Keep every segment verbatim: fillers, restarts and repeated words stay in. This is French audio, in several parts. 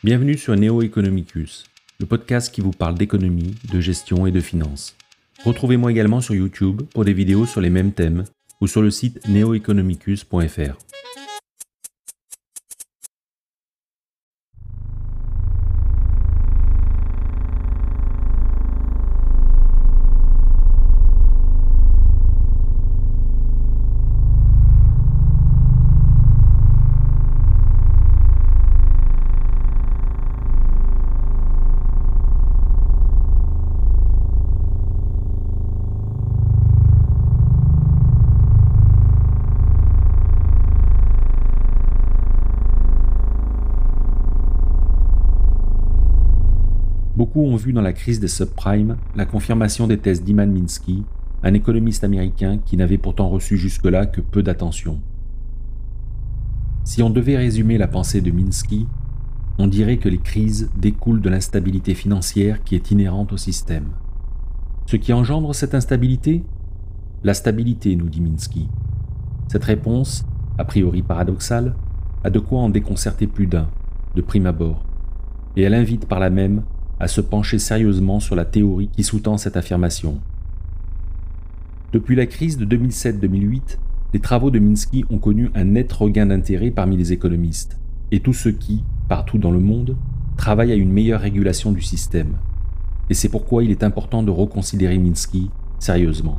Bienvenue sur Neo Economicus, le podcast qui vous parle d'économie, de gestion et de finance. Retrouvez-moi également sur YouTube pour des vidéos sur les mêmes thèmes ou sur le site neo economicus point f r. Beaucoup ont vu dans la crise des subprimes la confirmation des thèses d'Iman Minsky, un économiste américain qui n'avait pourtant reçu jusque-là que peu d'attention. Si on devait résumer la pensée de Minsky, on dirait que les crises découlent de l'instabilité financière qui est inhérente au système. Ce qui engendre cette instabilité ? La stabilité, nous dit Minsky. Cette réponse, a priori paradoxale, a de quoi en déconcerter plus d'un, de prime abord, et elle invite par là même à se pencher sérieusement sur la théorie qui sous-tend cette affirmation. Depuis la crise de deux mille sept deux mille huit, les travaux de Minsky ont connu un net regain d'intérêt parmi les économistes et tous ceux qui, partout dans le monde, travaillent à une meilleure régulation du système. Et c'est pourquoi il est important de reconsidérer Minsky sérieusement.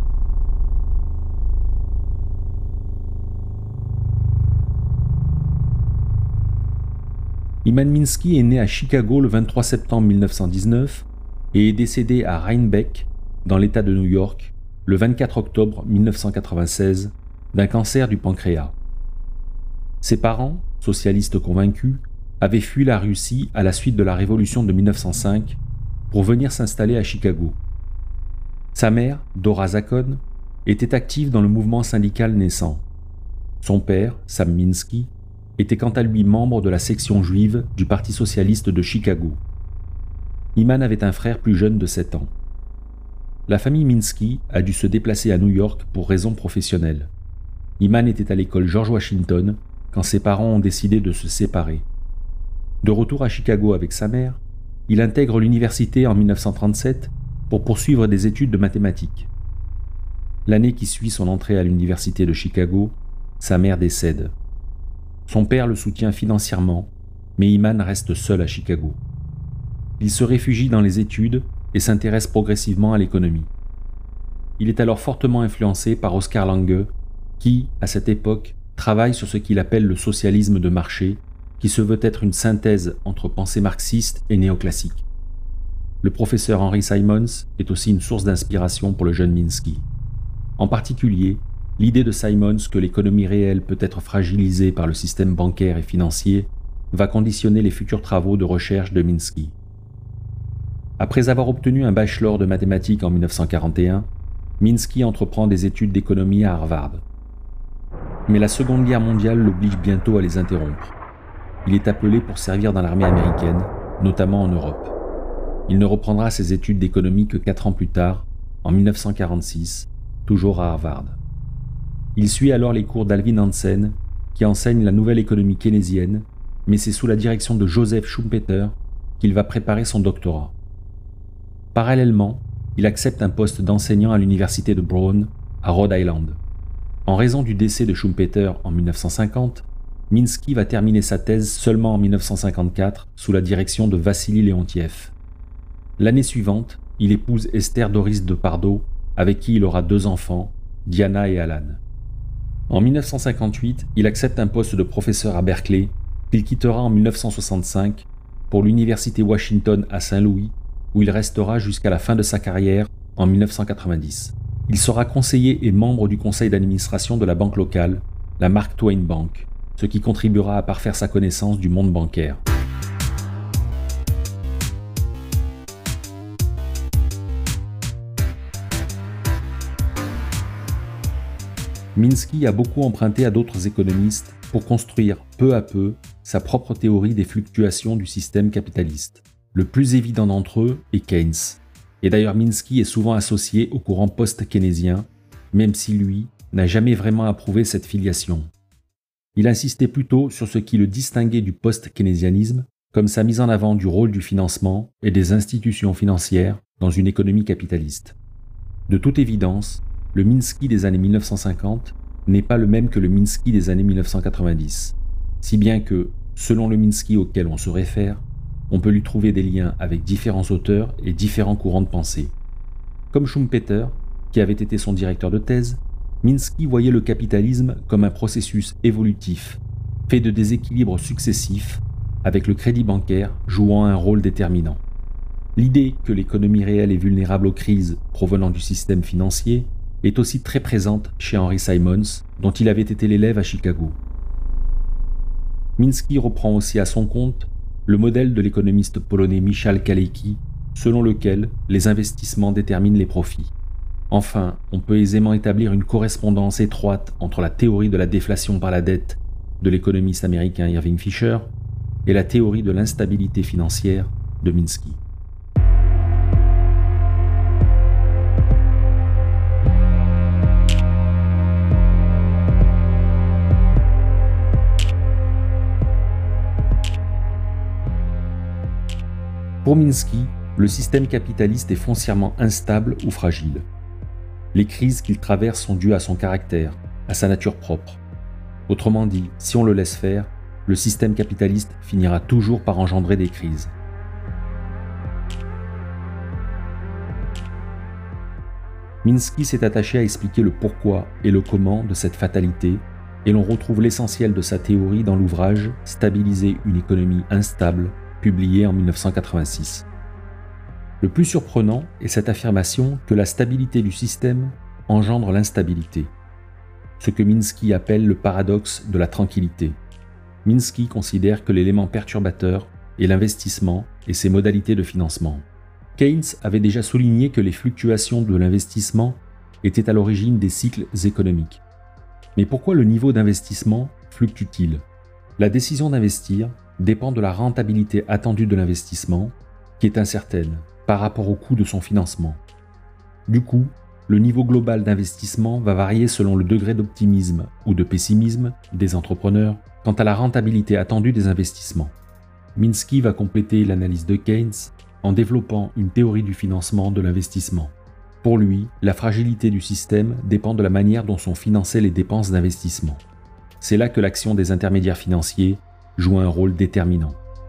Iman Minsky est né à Chicago le vingt-trois septembre mille neuf cent dix-neuf et est décédé à Rhinebeck, dans l'État de New York, le vingt-quatre octobre mille neuf cent quatre-vingt-seize, d'un cancer du pancréas. Ses parents, socialistes convaincus, avaient fui la Russie à la suite de la révolution de mille neuf cent cinq pour venir s'installer à Chicago. Sa mère, Dora Zakon, était active dans le mouvement syndical naissant. Son père, Sam Minsky, était quant à lui membre de la section juive du Parti socialiste de Chicago. Iman avait un frère plus jeune de sept ans. La famille Minsky a dû se déplacer à New York pour raisons professionnelles. Iman était à l'école George Washington quand ses parents ont décidé de se séparer. De retour à Chicago avec sa mère, il intègre l'université en mille neuf cent trente-sept pour poursuivre des études de mathématiques. L'année qui suit son entrée à l'université de Chicago, sa mère décède. Son père le soutient financièrement, mais Iman reste seul à Chicago. Il se réfugie dans les études et s'intéresse progressivement à l'économie. Il est alors fortement influencé par Oscar Lange, qui, à cette époque, travaille sur ce qu'il appelle le socialisme de marché, qui se veut être une synthèse entre pensée marxiste et néoclassique. Le professeur Henry Simons est aussi une source d'inspiration pour le jeune Minsky. En particulier, l'idée de Simons que l'économie réelle peut être fragilisée par le système bancaire et financier va conditionner les futurs travaux de recherche de Minsky. Après avoir obtenu un bachelor de mathématiques en mille neuf cent quarante et un, Minsky entreprend des études d'économie à Harvard. Mais la Seconde Guerre mondiale l'oblige bientôt à les interrompre. Il est appelé pour servir dans l'armée américaine, notamment en Europe. Il ne reprendra ses études d'économie que quatre ans plus tard, en mille neuf cent quarante-six, toujours à Harvard. Il suit alors les cours d'Alvin Hansen, qui enseigne la nouvelle économie keynésienne, mais c'est sous la direction de Joseph Schumpeter qu'il va préparer son doctorat. Parallèlement, il accepte un poste d'enseignant à l'université de Brown, à Rhode Island. En raison du décès de Schumpeter en mille neuf cent cinquante, Minsky va terminer sa thèse seulement en mille neuf cent cinquante-quatre sous la direction de Vassili Leontiev. L'année suivante, il épouse Esther Doris de Pardo, avec qui il aura deux enfants, Diana et Alan. En mille neuf cent cinquante-huit, il accepte un poste de professeur à Berkeley, qu'il quittera en mille neuf cent soixante-cinq pour l'université Washington à Saint-Louis, où il restera jusqu'à la fin de sa carrière en mille neuf cent quatre-vingt-dix. Il sera conseiller et membre du conseil d'administration de la banque locale, la Mark Twain Bank, ce qui contribuera à parfaire sa connaissance du monde bancaire. Minsky a beaucoup emprunté à d'autres économistes pour construire peu à peu sa propre théorie des fluctuations du système capitaliste. Le plus évident d'entre eux est Keynes. Et d'ailleurs Minsky est souvent associé au courant post-keynésien, même si lui n'a jamais vraiment approuvé cette filiation. Il insistait plutôt sur ce qui le distinguait du post-keynésianisme, comme sa mise en avant du rôle du financement et des institutions financières dans une économie capitaliste. De toute évidence, le Minsky des années mille neuf cent cinquante n'est pas le même que le Minsky des années mille neuf cent quatre-vingt-dix, si bien que, selon le Minsky auquel on se réfère, on peut lui trouver des liens avec différents auteurs et différents courants de pensée. Comme Schumpeter, qui avait été son directeur de thèse, Minsky voyait le capitalisme comme un processus évolutif, fait de déséquilibres successifs, avec le crédit bancaire jouant un rôle déterminant. L'idée que l'économie réelle est vulnérable aux crises provenant du système financier est aussi très présente chez Henry Simons, dont il avait été l'élève à Chicago. Minsky reprend aussi à son compte le modèle de l'économiste polonais Michał Kalecki, selon lequel les investissements déterminent les profits. Enfin, on peut aisément établir une correspondance étroite entre la théorie de la déflation par la dette de l'économiste américain Irving Fisher et la théorie de l'instabilité financière de Minsky. Pour Minsky, le système capitaliste est foncièrement instable ou fragile. Les crises qu'il traverse sont dues à son caractère, à sa nature propre. Autrement dit, si on le laisse faire, le système capitaliste finira toujours par engendrer des crises. Minsky s'est attaché à expliquer le pourquoi et le comment de cette fatalité, et l'on retrouve l'essentiel de sa théorie dans l'ouvrage « Stabiliser une économie instable » publié en mille neuf cent quatre-vingt-six. Le plus surprenant est cette affirmation que la stabilité du système engendre l'instabilité, ce que Minsky appelle le paradoxe de la tranquillité. Minsky considère que l'élément perturbateur est l'investissement et ses modalités de financement. Keynes avait déjà souligné que les fluctuations de l'investissement étaient à l'origine des cycles économiques. Mais pourquoi le niveau d'investissement fluctue-t-il ? La décision d'investir dépend de la rentabilité attendue de l'investissement, qui est incertaine par rapport au coût de son financement. Du coup, le niveau global d'investissement va varier selon le degré d'optimisme ou de pessimisme des entrepreneurs quant à la rentabilité attendue des investissements. Minsky va compléter l'analyse de Keynes en développant une théorie du financement de l'investissement. Pour lui, la fragilité du système dépend de la manière dont sont financées les dépenses d'investissement. C'est là que l'action des intermédiaires financiers joue un rôle déterminant.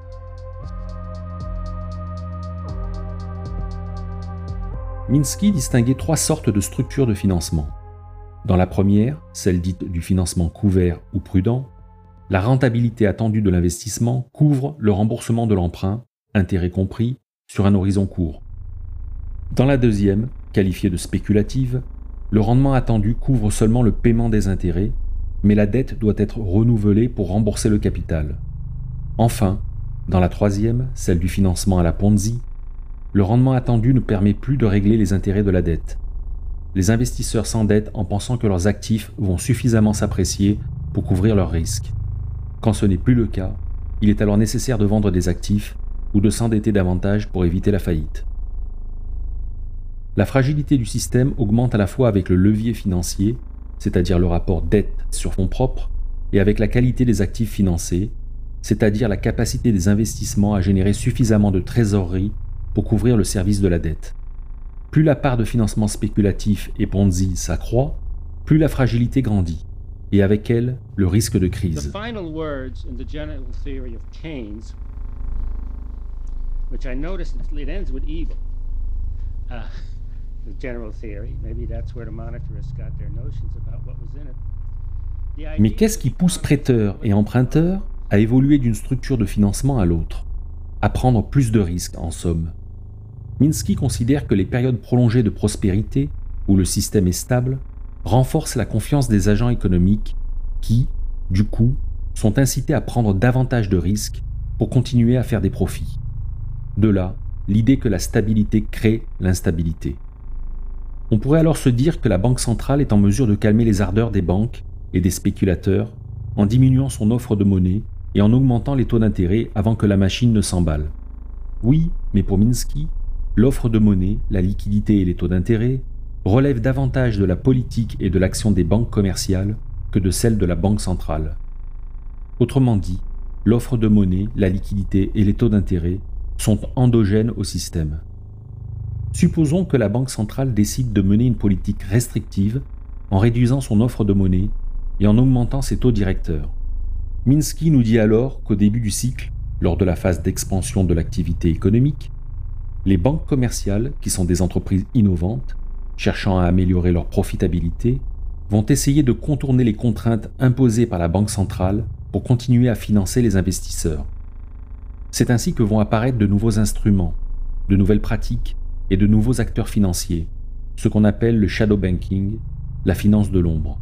Minsky distinguait trois sortes de structures de financement. Dans la première, celle dite du financement couvert ou prudent, la rentabilité attendue de l'investissement couvre le remboursement de l'emprunt, intérêt compris, sur un horizon court. Dans la deuxième, qualifiée de spéculative, le rendement attendu couvre seulement le paiement des intérêts, mais la dette doit être renouvelée pour rembourser le capital. Enfin, dans la troisième, celle du financement à la Ponzi, le rendement attendu ne permet plus de régler les intérêts de la dette. Les investisseurs s'endettent en pensant que leurs actifs vont suffisamment s'apprécier pour couvrir leurs risques. Quand ce n'est plus le cas, il est alors nécessaire de vendre des actifs ou de s'endetter davantage pour éviter la faillite. La fragilité du système augmente à la fois avec le levier financier, c'est-à-dire le rapport dette sur fonds propres, et avec la qualité des actifs financés, c'est-à-dire la capacité des investissements à générer suffisamment de trésorerie pour couvrir le service de la dette. Plus la part de financement spéculatif et Ponzi s'accroît, plus la fragilité grandit, et avec elle, le risque de crise. The final words in the general theory of Keynes, which I noticed it ends with evil. Uh, the general theory, maybe that's where the monetarists got their notions about what was in it. Mais qu'est-ce qui pousse prêteurs et emprunteurs à évoluer d'une structure de financement à l'autre, à prendre plus de risques en somme? Minsky considère que les périodes prolongées de prospérité, où le système est stable, renforcent la confiance des agents économiques qui, du coup, sont incités à prendre davantage de risques pour continuer à faire des profits. De là, l'idée que la stabilité crée l'instabilité. On pourrait alors se dire que la Banque centrale est en mesure de calmer les ardeurs des banques et des spéculateurs en diminuant son offre de monnaie et en augmentant les taux d'intérêt avant que la machine ne s'emballe. Oui, mais pour Minsky, l'offre de monnaie, la liquidité et les taux d'intérêt relèvent davantage de la politique et de l'action des banques commerciales que de celle de la Banque centrale. Autrement dit, l'offre de monnaie, la liquidité et les taux d'intérêt sont endogènes au système. Supposons que la Banque centrale décide de mener une politique restrictive en réduisant son offre de monnaie et en augmentant ses taux directeurs. Minsky nous dit alors qu'au début du cycle, lors de la phase d'expansion de l'activité économique, les banques commerciales, qui sont des entreprises innovantes, cherchant à améliorer leur profitabilité, vont essayer de contourner les contraintes imposées par la Banque centrale pour continuer à financer les investisseurs. C'est ainsi que vont apparaître de nouveaux instruments, de nouvelles pratiques et de nouveaux acteurs financiers, ce qu'on appelle le shadow banking, la finance de l'ombre.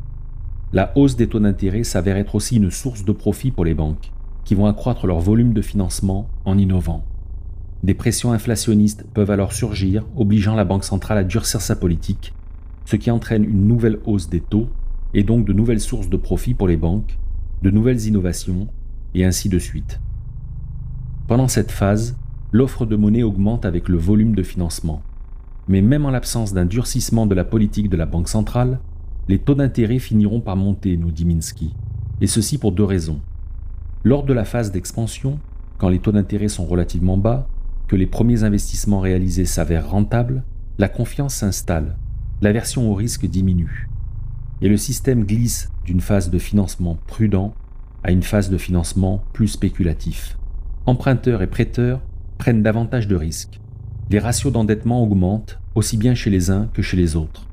La hausse des taux d'intérêt s'avère être aussi une source de profit pour les banques, qui vont accroître leur volume de financement en innovant. Des pressions inflationnistes peuvent alors surgir, obligeant la Banque centrale à durcir sa politique, ce qui entraîne une nouvelle hausse des taux et donc de nouvelles sources de profit pour les banques, de nouvelles innovations, et ainsi de suite. Pendant cette phase, l'offre de monnaie augmente avec le volume de financement. Mais même en l'absence d'un durcissement de la politique de la Banque centrale, les taux d'intérêt finiront par monter, nous dit Minsky, et ceci pour deux raisons. Lors de la phase d'expansion, quand les taux d'intérêt sont relativement bas, que les premiers investissements réalisés s'avèrent rentables, la confiance s'installe, l'aversion au risque diminue, et le système glisse d'une phase de financement prudent à une phase de financement plus spéculatif. Emprunteurs et prêteurs prennent davantage de risques. Les ratios d'endettement augmentent aussi bien chez les uns que chez les autres.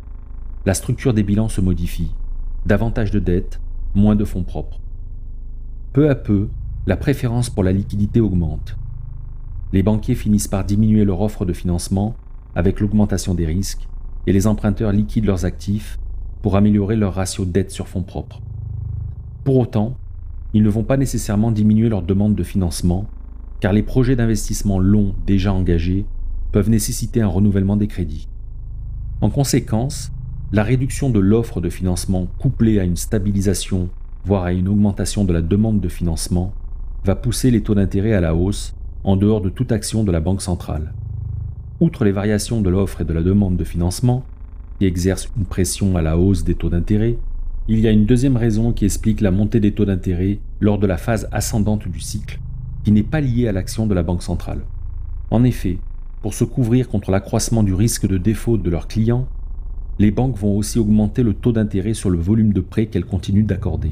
La structure des bilans se modifie. Davantage de dettes, moins de fonds propres. Peu à peu, la préférence pour la liquidité augmente. Les banquiers finissent par diminuer leur offre de financement avec l'augmentation des risques et les emprunteurs liquident leurs actifs pour améliorer leur ratio dette sur fonds propres. Pour autant, ils ne vont pas nécessairement diminuer leur demande de financement car les projets d'investissement longs déjà engagés peuvent nécessiter un renouvellement des crédits. En conséquence, la réduction de l'offre de financement couplée à une stabilisation, voire à une augmentation de la demande de financement, va pousser les taux d'intérêt à la hausse en dehors de toute action de la Banque centrale. Outre les variations de l'offre et de la demande de financement, qui exercent une pression à la hausse des taux d'intérêt, il y a une deuxième raison qui explique la montée des taux d'intérêt lors de la phase ascendante du cycle, qui n'est pas liée à l'action de la Banque centrale. En effet, pour se couvrir contre l'accroissement du risque de défaut de leurs clients, les banques vont aussi augmenter le taux d'intérêt sur le volume de prêts qu'elles continuent d'accorder.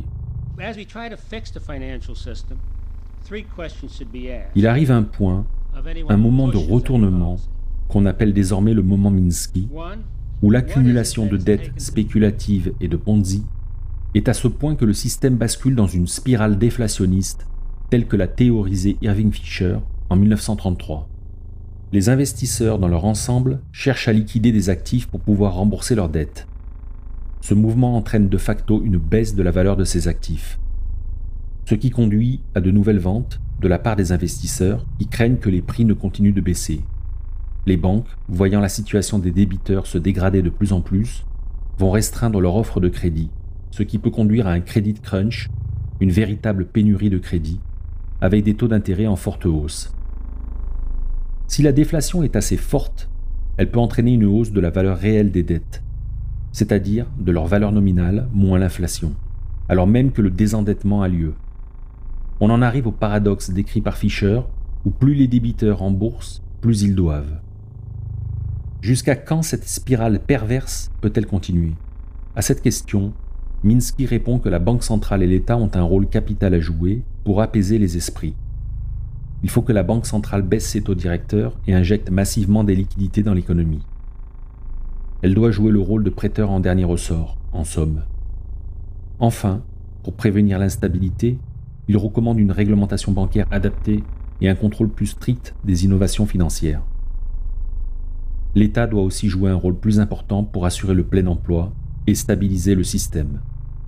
Il arrive un point, un moment de retournement, qu'on appelle désormais le moment Minsky, où l'accumulation de dettes spéculatives et de Ponzi est à ce point que le système bascule dans une spirale déflationniste telle que l'a théorisé Irving Fisher en mille neuf cent trente-trois. Les investisseurs dans leur ensemble cherchent à liquider des actifs pour pouvoir rembourser leurs dettes. Ce mouvement entraîne de facto une baisse de la valeur de ces actifs, ce qui conduit à de nouvelles ventes de la part des investisseurs qui craignent que les prix ne continuent de baisser. Les banques, voyant la situation des débiteurs se dégrader de plus en plus, vont restreindre leur offre de crédit, ce qui peut conduire à un credit crunch, une véritable pénurie de crédit, avec des taux d'intérêt en forte hausse. Si la déflation est assez forte, elle peut entraîner une hausse de la valeur réelle des dettes, c'est-à-dire de leur valeur nominale moins l'inflation, alors même que le désendettement a lieu. On en arrive au paradoxe décrit par Fisher, où plus les débiteurs remboursent, plus ils doivent. Jusqu'à quand cette spirale perverse peut-elle continuer? À cette question, Minsky répond que la Banque centrale et l'État ont un rôle capital à jouer pour apaiser les esprits. Il faut que la Banque centrale baisse ses taux directeurs et injecte massivement des liquidités dans l'économie. Elle doit jouer le rôle de prêteur en dernier ressort, en somme. Enfin, pour prévenir l'instabilité, il recommande une réglementation bancaire adaptée et un contrôle plus strict des innovations financières. L'État doit aussi jouer un rôle plus important pour assurer le plein emploi et stabiliser le système.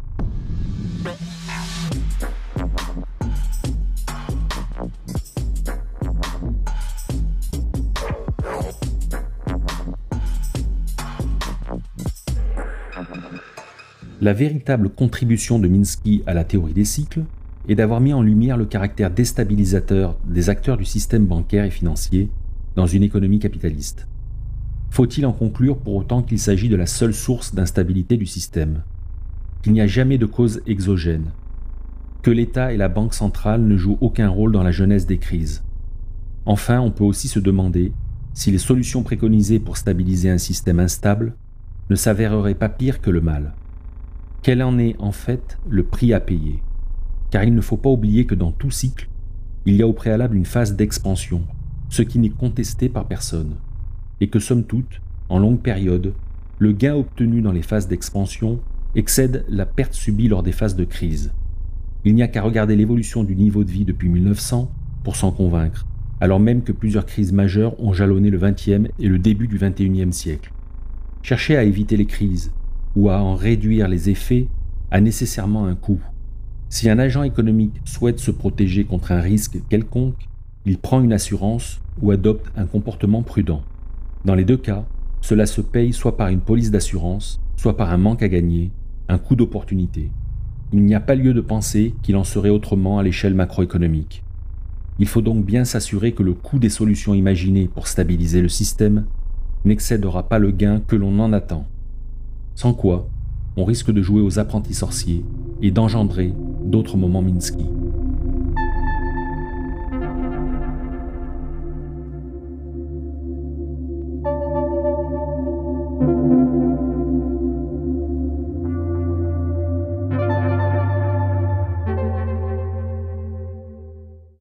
La véritable contribution de Minsky à la théorie des cycles est d'avoir mis en lumière le caractère déstabilisateur des acteurs du système bancaire et financier dans une économie capitaliste. Faut-il en conclure pour autant qu'il s'agit de la seule source d'instabilité du système, qu'il n'y a jamais de cause exogène? que l'État et la Banque centrale ne jouent aucun rôle dans la genèse des crises. Enfin, on peut aussi se demander si les solutions préconisées pour stabiliser un système instable ne s'avéreraient pas pires que le mal. Quel en est en fait le prix à payer? Car il ne faut pas oublier que dans tout cycle, il y a au préalable une phase d'expansion, ce qui n'est contesté par personne, et que somme toute, en longue période, le gain obtenu dans les phases d'expansion excède la perte subie lors des phases de crise. Il n'y a qu'à regarder l'évolution du niveau de vie depuis mille neuf cents pour s'en convaincre, alors même que plusieurs crises majeures ont jalonné le vingtième et le début du vingt et unième siècle. Chercher à éviter les crises ou à en réduire les effets a nécessairement un coût. Si un agent économique souhaite se protéger contre un risque quelconque, il prend une assurance ou adopte un comportement prudent. Dans les deux cas, cela se paye soit par une police d'assurance, soit par un manque à gagner, un coût d'opportunité. Il n'y a pas lieu de penser qu'il en serait autrement à l'échelle macroéconomique. Il faut donc bien s'assurer que le coût des solutions imaginées pour stabiliser le système n'excédera pas le gain que l'on en attend. Sans quoi, on risque de jouer aux apprentis sorciers et d'engendrer d'autres moments Minsky.